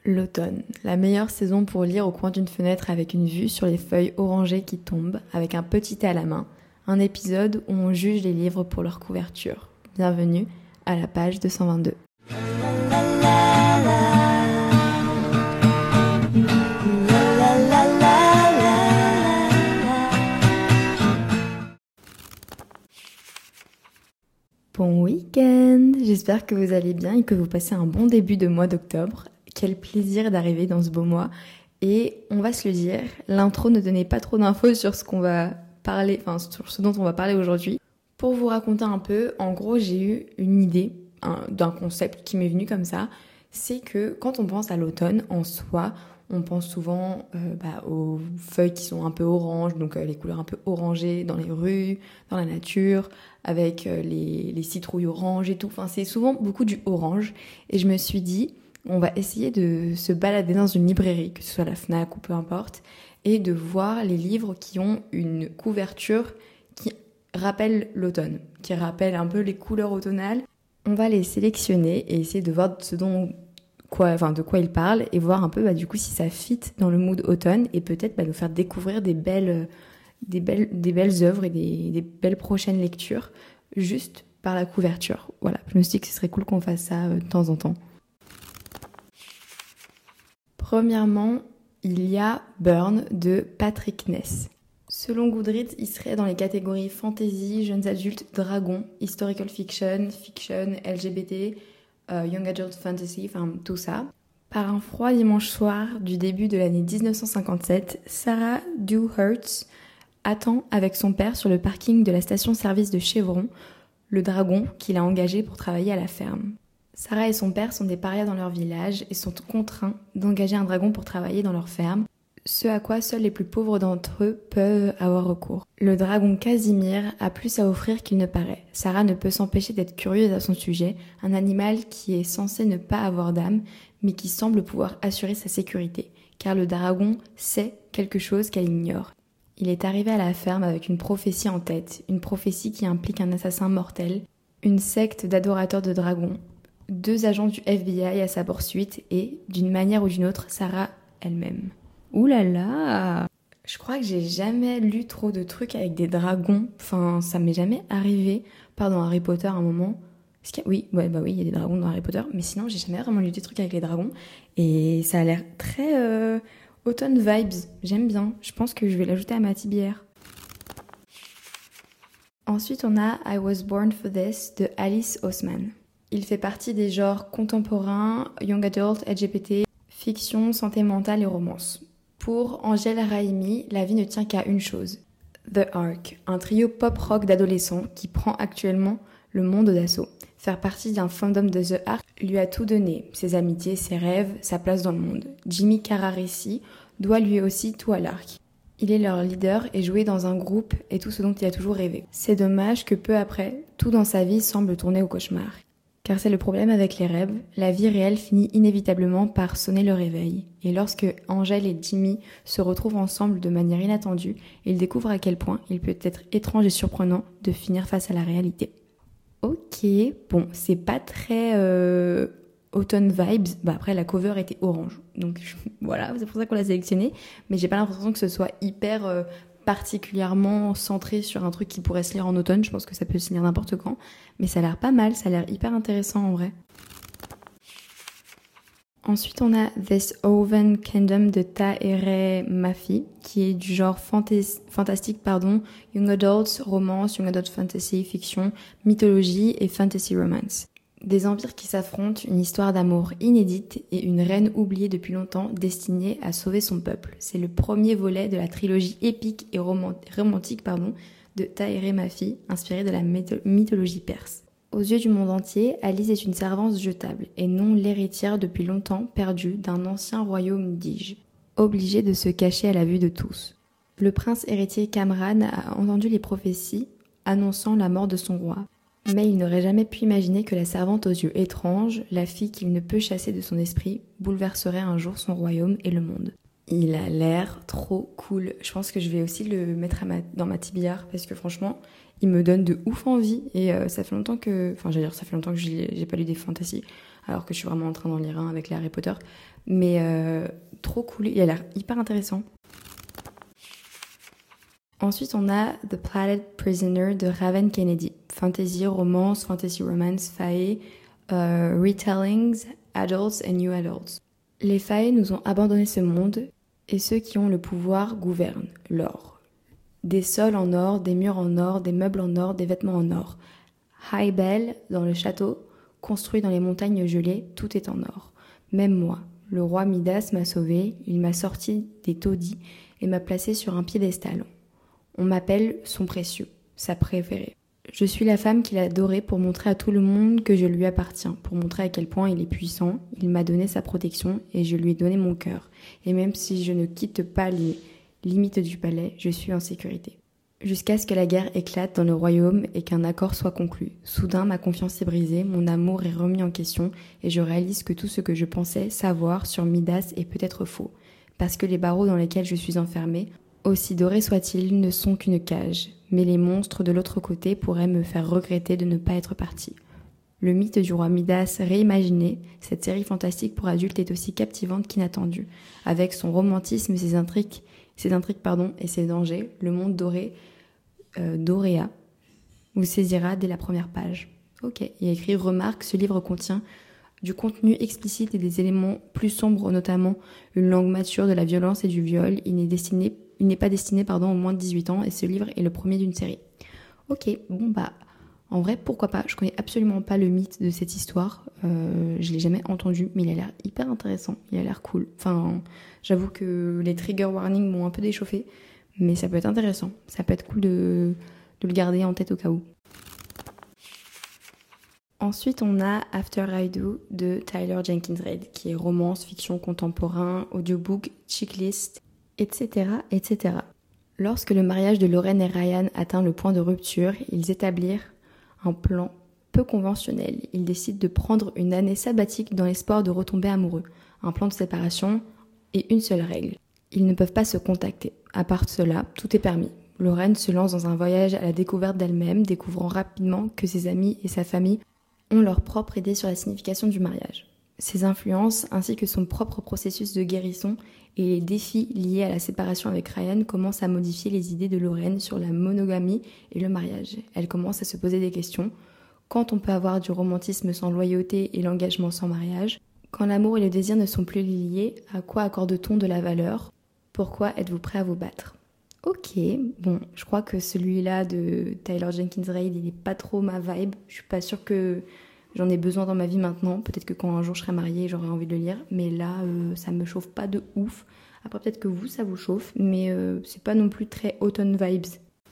L'automne, la meilleure saison pour lire au coin d'une fenêtre avec une vue sur les feuilles orangées qui tombent, avec un petit thé à la main. Un épisode où on juge les livres pour leur couverture. Bienvenue à la page 222. Bon week-end! J'espère que vous allez bien et que vous passez un bon début de mois d'octobre. Quel plaisir d'arriver dans ce beau mois. Et on va se le dire, l'intro ne donnait pas trop d'infos sur ce qu'on va parler, sur ce dont on va parler aujourd'hui. Pour vous raconter un peu, en gros, j'ai eu une idée d'un concept qui m'est venu comme ça. C'est que quand on pense à l'automne, en soi, on pense souvent aux feuilles qui sont un peu oranges, donc les couleurs un peu orangées dans les rues, dans la nature, avec les citrouilles oranges et tout. Enfin, c'est souvent beaucoup du orange. Et je me suis dit, on va essayer de se balader dans une librairie, que ce soit la Fnac ou peu importe, et de voir les livres qui ont une couverture qui rappelle l'automne, qui rappelle un peu les couleurs automnales. On va les sélectionner et essayer de voir de quoi ils parlent et voir un peu du coup si ça fit dans le mood automne et peut-être nous faire découvrir des belles œuvres et des belles prochaines lectures juste par la couverture. Voilà, je me suis dit que ce serait cool qu'on fasse ça de temps en temps. Premièrement, il y a Burn de Patrick Ness. Selon Goodreads, il serait dans les catégories fantasy, jeunes adultes, dragons, historical fiction, fiction, LGBT, young adult fantasy, tout ça. Par un froid dimanche soir du début de l'année 1957, Sarah Dewhurst attend avec son père sur le parking de la station-service de Chevron, le dragon qu'il a engagé pour travailler à la ferme. Sarah et son père sont des parias dans leur village et sont contraints d'engager un dragon pour travailler dans leur ferme, ce à quoi seuls les plus pauvres d'entre eux peuvent avoir recours. Le dragon Casimir a plus à offrir qu'il ne paraît. Sarah ne peut s'empêcher d'être curieuse à son sujet, un animal qui est censé ne pas avoir d'âme, mais qui semble pouvoir assurer sa sécurité, car le dragon sait quelque chose qu'elle ignore. Il est arrivé à la ferme avec une prophétie en tête, une prophétie qui implique un assassin mortel, une secte d'adorateurs de dragons, 2 agents du FBI à sa poursuite et, d'une manière ou d'une autre, Sarah elle-même. Ouh là là! Je crois que j'ai jamais lu trop de trucs avec des dragons. Enfin, ça m'est jamais arrivé. Dans Harry Potter à un moment. Oui, il y a des dragons dans Harry Potter. Mais sinon, j'ai jamais vraiment lu des trucs avec les dragons. Et ça a l'air très automne vibes. J'aime bien. Je pense que je vais l'ajouter à ma tibière. Ensuite, on a I Was Born for This de Alice Oseman. Il fait partie des genres contemporains, young adult, LGBT, fiction, santé mentale et romance. Pour Angèle Raimi, la vie ne tient qu'à une chose. The Ark, un trio pop-rock d'adolescents qui prend actuellement le monde d'assaut. Faire partie d'un fandom de The Ark lui a tout donné, ses amitiés, ses rêves, sa place dans le monde. Jimmy Carraresi doit lui aussi tout à l'Ark. Il est leur leader et joué dans un groupe et tout ce dont il a toujours rêvé. C'est dommage que peu après, tout dans sa vie semble tourner au cauchemar. Car c'est le problème avec les rêves, la vie réelle finit inévitablement par sonner le réveil. Et lorsque Angèle et Jimmy se retrouvent ensemble de manière inattendue, ils découvrent à quel point il peut être étrange et surprenant de finir face à la réalité. Ok, bon, c'est pas très automn vibes. Après, la cover était orange, donc voilà, c'est pour ça qu'on l'a sélectionné. Mais j'ai pas l'impression que ce soit hyper particulièrement centré sur un truc qui pourrait se lire en automne. Je pense que ça peut se lire n'importe quand, mais ça a l'air pas mal, ça a l'air hyper intéressant en vrai. Ensuite, on a This Oven Kingdom de Tahereh Mafi, qui est du genre fantastique, young adult, romance, young adult fantasy, fiction, mythologie et fantasy romance. Des empires qui s'affrontent, une histoire d'amour inédite et une reine oubliée depuis longtemps destinée à sauver son peuple. C'est le premier volet de la trilogie épique et romantique de Tahereh Mafi, inspirée de la mythologie perse. Aux yeux du monde entier, Alice est une servante jetable et non l'héritière depuis longtemps perdue d'un ancien royaume d'Ige, obligée de se cacher à la vue de tous. Le prince héritier Kamran a entendu les prophéties annonçant la mort de son roi. Mais il n'aurait jamais pu imaginer que la servante aux yeux étranges, la fille qu'il ne peut chasser de son esprit, bouleverserait un jour son royaume et le monde. Il a l'air trop cool. Je pense que je vais aussi le mettre dans ma tibière parce que franchement, il me donne de ouf envie et ça fait longtemps que... Enfin, ça fait longtemps que j'ai pas lu des fantasy. alors que je suis vraiment en train d'en lire un avec les Harry Potter. Mais trop cool, il a l'air hyper intéressant. Ensuite, on a The Planet Prisoner de Raven Kennedy. Fantasy, romance, fantasy romance, fae, retellings, adults and new adults. Les fae nous ont abandonné ce monde et ceux qui ont le pouvoir gouvernent l'or. Des sols en or, des murs en or, des meubles en or, des vêtements en or. High Bell, dans le château, construit dans les montagnes gelées, tout est en or. Même moi, le roi Midas m'a sauvé, il m'a sorti des taudis et m'a placé sur un piédestal. On m'appelle son précieux, sa préférée. Je suis la femme qu'il a adorée pour montrer à tout le monde que je lui appartiens, pour montrer à quel point il est puissant, il m'a donné sa protection et je lui ai donné mon cœur. Et même si je ne quitte pas les limites du palais, je suis en sécurité. Jusqu'à ce que la guerre éclate dans le royaume et qu'un accord soit conclu. Soudain, ma confiance est brisée, mon amour est remis en question et je réalise que tout ce que je pensais savoir sur Midas est peut-être faux. Parce que les barreaux dans lesquels je suis enfermée, aussi dorés soient-ils, ne sont qu'une cage. Mais les monstres de l'autre côté pourraient me faire regretter de ne pas être partie. Le mythe du roi Midas réimaginé, cette série fantastique pour adultes est aussi captivante qu'inattendue. Avec son romantisme, ses intrigues et ses dangers, le monde doré d'Auréa vous saisira dès la première page. Ok, il y a écrit « Remarque, ce livre contient du contenu explicite et des éléments plus sombres, notamment une langue mature de la violence et du viol. Il n'est pas destiné aux moins de 18 ans et ce livre est le premier d'une série. » Ok, bon bah, en vrai, pourquoi pas. Je connais absolument pas le mythe de cette histoire. Je l'ai jamais entendu, mais il a l'air hyper intéressant. Il a l'air cool. Enfin, j'avoue que les trigger warnings m'ont un peu déchauffé, mais ça peut être intéressant. Ça peut être cool de le garder en tête au cas où. Ensuite, on a After I Do de Tyler Jenkins Reid, qui est romance, fiction contemporain, audiobook, checklist, etc., etc. Lorsque le mariage de Lauren et Ryan atteint le point de rupture, ils établirent un plan peu conventionnel. Ils décident de prendre une année sabbatique dans l'espoir de retomber amoureux. Un plan de séparation et une seule règle. Ils ne peuvent pas se contacter. À part cela, tout est permis. Lauren se lance dans un voyage à la découverte d'elle-même, découvrant rapidement que ses amis et sa famille ont leur propre idée sur la signification du mariage. Ses influences, ainsi que son propre processus de guérison et les défis liés à la séparation avec Ryan commencent à modifier les idées de Lauren sur la monogamie et le mariage. Elle commence à se poser des questions. Quand on peut avoir du romantisme sans loyauté et l'engagement sans mariage? Quand l'amour et le désir ne sont plus liés, à quoi accorde-t-on de la valeur? Pourquoi êtes-vous prêt à vous battre? Ok, bon, je crois que celui-là de Tyler Jenkins Reid, il est pas trop ma vibe. Je suis pas sûre que j'en ai besoin dans ma vie maintenant. Peut-être que quand un jour je serai mariée, j'aurai envie de le lire. Mais là, ça me chauffe pas de ouf. Après, peut-être que vous, ça vous chauffe. Mais c'est pas non plus très autumn vibes.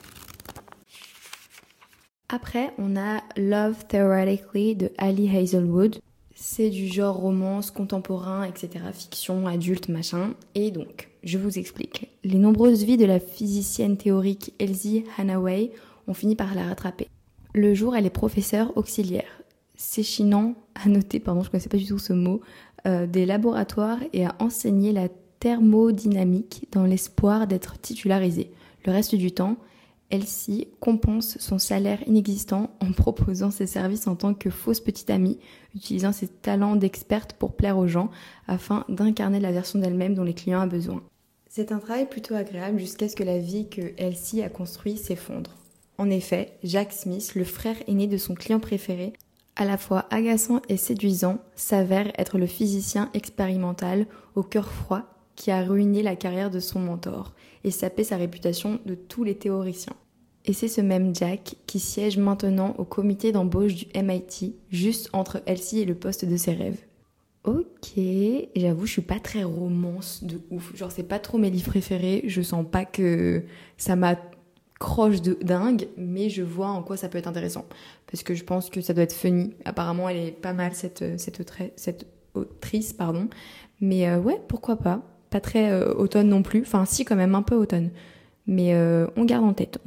Après, on a Love Theoretically de Ali Hazelwood. C'est du genre romance, contemporain, etc., fiction, adulte, machin. Et donc, je vous explique. Les nombreuses vies de la physicienne théorique Elsie Hanaway ont fini par la rattraper. Le jour, elle est professeure auxiliaire, s'échinant à noter, je ne connaissais pas du tout ce mot, des laboratoires et à enseigner la thermodynamique dans l'espoir d'être titularisée. Le reste du temps, Elsie compense son salaire inexistant en proposant ses services en tant que fausse petite amie, utilisant ses talents d'experte pour plaire aux gens afin d'incarner la version d'elle-même dont les clients ont besoin. C'est un travail plutôt agréable jusqu'à ce que la vie que Elsie a construite s'effondre. En effet, Jack Smith, le frère aîné de son client préféré, à la fois agaçant et séduisant, s'avère être le physicien expérimental au cœur froid qui a ruiné la carrière de son mentor et sapé sa réputation de tous les théoriciens. Et c'est ce même Jack qui siège maintenant au comité d'embauche du MIT, juste entre Elsie et le poste de ses rêves. Ok, j'avoue, je suis pas très romance de ouf. Genre, c'est pas trop mes livres préférés. Je sens pas que ça m'accroche de dingue, mais je vois en quoi ça peut être intéressant. Parce que je pense que ça doit être funny. Apparemment, elle est pas mal, cette autrice, pardon. Mais ouais, pourquoi pas. Pas très automne non plus. Enfin, si, quand même, un peu automne. Mais on garde en tête.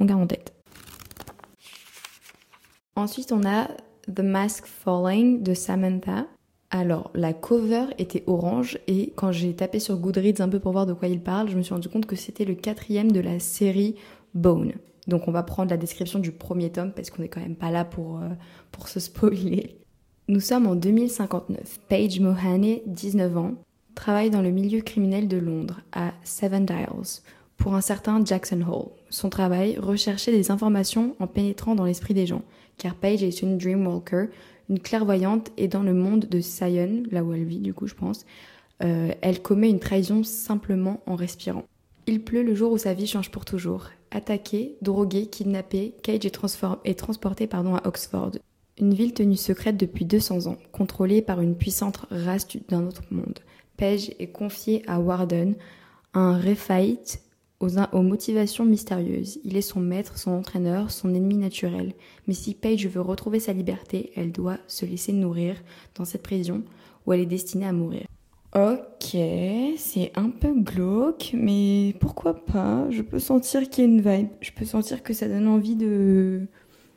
Ensuite, on a The Mask Falling de Samantha. Alors, la cover était orange et quand j'ai tapé sur Goodreads un peu pour voir de quoi il parle, je me suis rendu compte que c'était le 4e de la série Bone. Donc on va prendre la description du premier tome parce qu'on n'est quand même pas là pour se spoiler. Nous sommes en 2059. Paige Mohane, 19 ans, travaille dans le milieu criminel de Londres, à Seven Dials, pour un certain Jackson Hole. Son travail, rechercher des informations en pénétrant dans l'esprit des gens, car Paige est une dreamwalker, une clairvoyante, et dans le monde de Sion, là où elle vit du coup je pense, elle commet une trahison simplement en respirant. Il pleut le jour où sa vie change pour toujours. Attaquée, droguée, kidnappée, Paige est transportée à Oxford. Une ville tenue secrète depuis 200 ans, contrôlée par une puissante race d'un autre monde. Paige est confiée à Warden, un Rephaïte aux motivations mystérieuses. Il est son maître, son entraîneur, son ennemi naturel. Mais si Paige veut retrouver sa liberté, elle doit se laisser nourrir dans cette prison où elle est destinée à mourir. Ok, c'est un peu glauque, mais pourquoi pas? Je peux sentir qu'il y a une vibe. Je peux sentir que ça donne envie de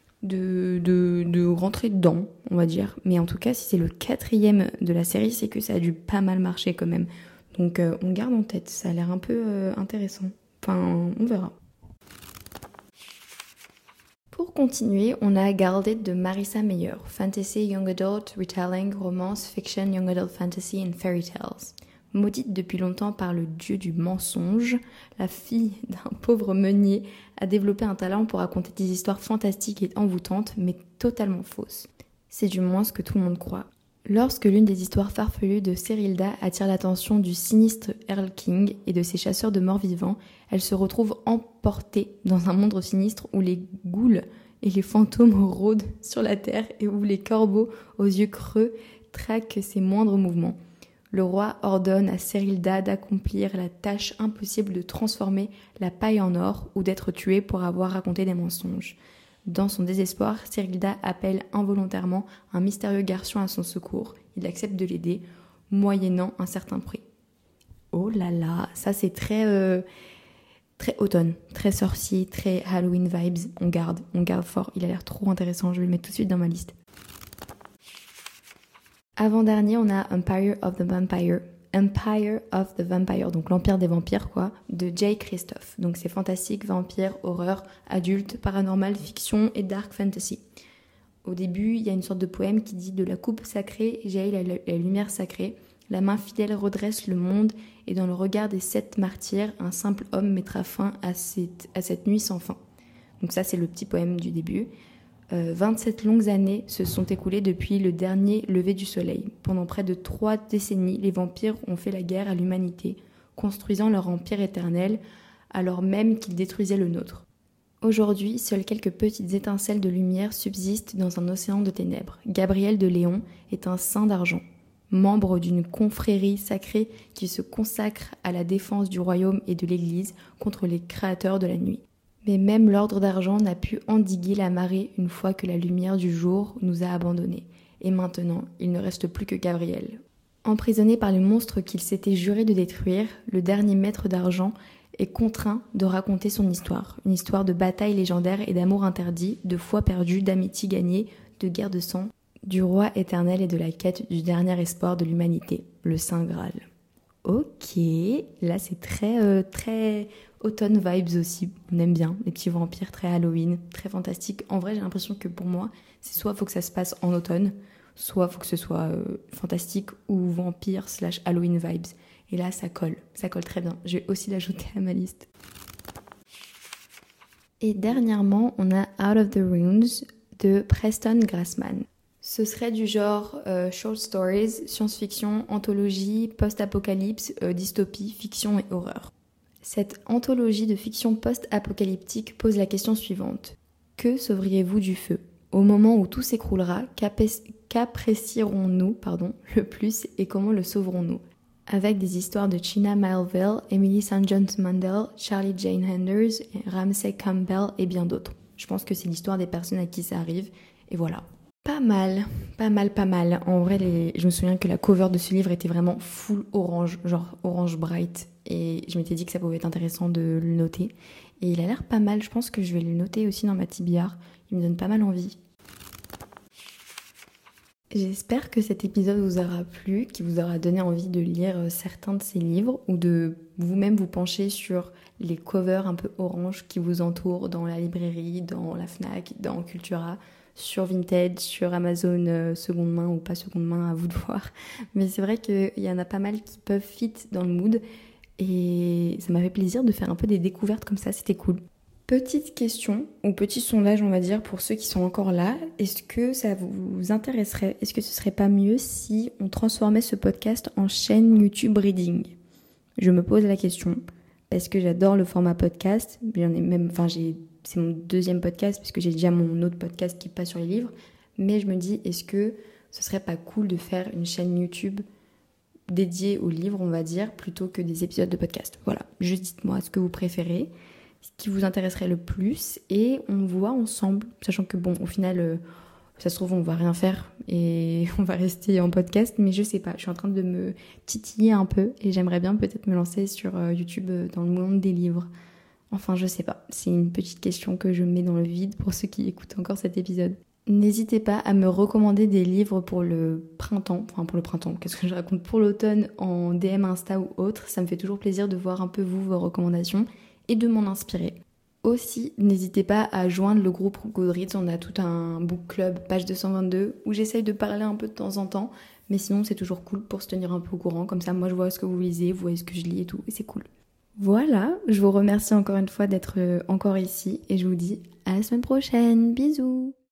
rentrer dedans, on va dire. Mais en tout cas, si c'est le 4e de la série, c'est que ça a dû pas mal marcher quand même. Donc on garde en tête, ça a l'air un peu intéressant. Enfin, on verra. Pour continuer, on a Guarded de Marissa Meyer, Fantasy, Young Adult, Retelling, Romance, Fiction, Young Adult Fantasy and Fairy Tales. Maudite depuis longtemps par le dieu du mensonge, la fille d'un pauvre meunier a développé un talent pour raconter des histoires fantastiques et envoûtantes, mais totalement fausses. C'est du moins ce que tout le monde croit. Lorsque l'une des histoires farfelues de Serilda attire l'attention du sinistre Earl King et de ses chasseurs de morts vivants, elle se retrouve emportée dans un monde sinistre où les ghouls et les fantômes rôdent sur la terre et où les corbeaux aux yeux creux traquent ses moindres mouvements. Le roi ordonne à Serilda d'accomplir la tâche impossible de transformer la paille en or ou d'être tuée pour avoir raconté des mensonges. Dans son désespoir, Serilda appelle involontairement un mystérieux garçon à son secours. Il accepte de l'aider, moyennant un certain prix. Oh là là, ça c'est très automne, très sorcier, très Halloween vibes. On garde fort. Il a l'air trop intéressant, je vais le mettre tout de suite dans ma liste. Avant-dernier, on a Empire of the Vampire, donc l'Empire des vampires quoi, de Jay Christophe. Donc c'est fantastique, vampire, horreur, adulte, paranormal, fiction et dark fantasy. Au début, il y a une sorte de poème qui dit « De la coupe sacrée jaillit la lumière sacrée, la main fidèle redresse le monde et dans le regard des 7 martyrs, un simple homme mettra fin à cette nuit sans fin. » Donc ça, c'est le petit poème du début. 27 longues années se sont écoulées depuis le dernier lever du soleil. Pendant près de 3 décennies, les vampires ont fait la guerre à l'humanité, construisant leur empire éternel, alors même qu'ils détruisaient le nôtre. Aujourd'hui, seules quelques petites étincelles de lumière subsistent dans un océan de ténèbres. Gabriel de Léon est un saint d'argent, membre d'une confrérie sacrée qui se consacre à la défense du royaume et de l'Église contre les créateurs de la nuit. Mais même l'ordre d'argent n'a pu endiguer la marée une fois que la lumière du jour nous a abandonnés. Et maintenant, il ne reste plus que Gabriel. Emprisonné par les monstres qu'il s'était juré de détruire, le dernier maître d'argent est contraint de raconter son histoire. Une histoire de bataille légendaire et d'amour interdit, de foi perdue, d'amitié gagnée, de guerre de sang, du roi éternel et de la quête du dernier espoir de l'humanité, le Saint Graal. Ok, là c'est très automne vibes aussi, on aime bien, les petits vampires très Halloween, très fantastique. En vrai j'ai l'impression que pour moi, c'est soit faut que ça se passe en automne, soit faut que ce soit fantastique ou vampire / Halloween vibes. Et là ça colle très bien, je vais aussi l'ajouter à ma liste. Et dernièrement, on a Out of the Ruins de Preston Grassman. Ce serait du genre short stories, science-fiction, anthologie, post-apocalypse, dystopie, fiction et horreur. Cette anthologie de fiction post-apocalyptique pose la question suivante. Que sauveriez-vous du feu? Au moment où tout s'écroulera, qu'apprécierons-nous le plus et comment le sauverons-nous? Avec des histoires de China Melville, Emily St. John Mandel, Charlie Jane Anders, Ramsey Campbell et bien d'autres. Je pense que c'est l'histoire des personnes à qui ça arrive et voilà. Pas mal. En vrai, je me souviens que la cover de ce livre était vraiment full orange, genre orange bright. Et je m'étais dit que ça pouvait être intéressant de le noter. Et il a l'air pas mal, je pense que je vais le noter aussi dans ma TBR. Il me donne pas mal envie. J'espère que cet épisode vous aura plu, qu'il vous aura donné envie de lire certains de ces livres ou de vous-même vous pencher sur les covers un peu orange qui vous entourent dans la librairie, dans la Fnac, dans Cultura. sur Vinted, sur Amazon seconde main ou pas seconde main, à vous de voir. Mais c'est vrai qu'il y en a pas mal qui peuvent fit dans le mood et ça m'a fait plaisir de faire un peu des découvertes comme ça, c'était cool. Petite question, ou petit sondage on va dire pour ceux qui sont encore là, est-ce que ça vous intéresserait, est-ce que ce serait pas mieux si on transformait ce podcast en chaîne YouTube Reading? Je me pose la question parce que j'adore le format podcast, c'est mon deuxième podcast puisque j'ai déjà mon autre podcast qui passe sur les livres, mais je me dis est-ce que ce serait pas cool de faire une chaîne YouTube dédiée aux livres on va dire plutôt que des épisodes de podcast. Voilà, juste dites-moi ce que vous préférez, ce qui vous intéresserait le plus et on voit ensemble, sachant que bon au final ça se trouve on va rien faire et on va rester en podcast, mais je sais pas, je suis en train de me titiller un peu et j'aimerais bien peut-être me lancer sur YouTube dans le monde des livres. Enfin je sais pas, c'est une petite question que je mets dans le vide pour ceux qui écoutent encore cet épisode. N'hésitez pas à me recommander des livres pour le printemps, qu'est-ce que je raconte, pour l'automne en DM Insta ou autre, ça me fait toujours plaisir de voir un peu vos recommandations et de m'en inspirer. Aussi, n'hésitez pas à joindre le groupe Goodreads, on a tout un book club, page 222, où j'essaye de parler un peu de temps en temps, mais sinon c'est toujours cool pour se tenir un peu au courant, comme ça moi je vois ce que vous lisez, vous voyez ce que je lis et tout, et c'est cool. Voilà, je vous remercie encore une fois d'être encore ici, et je vous dis à la semaine prochaine, bisous!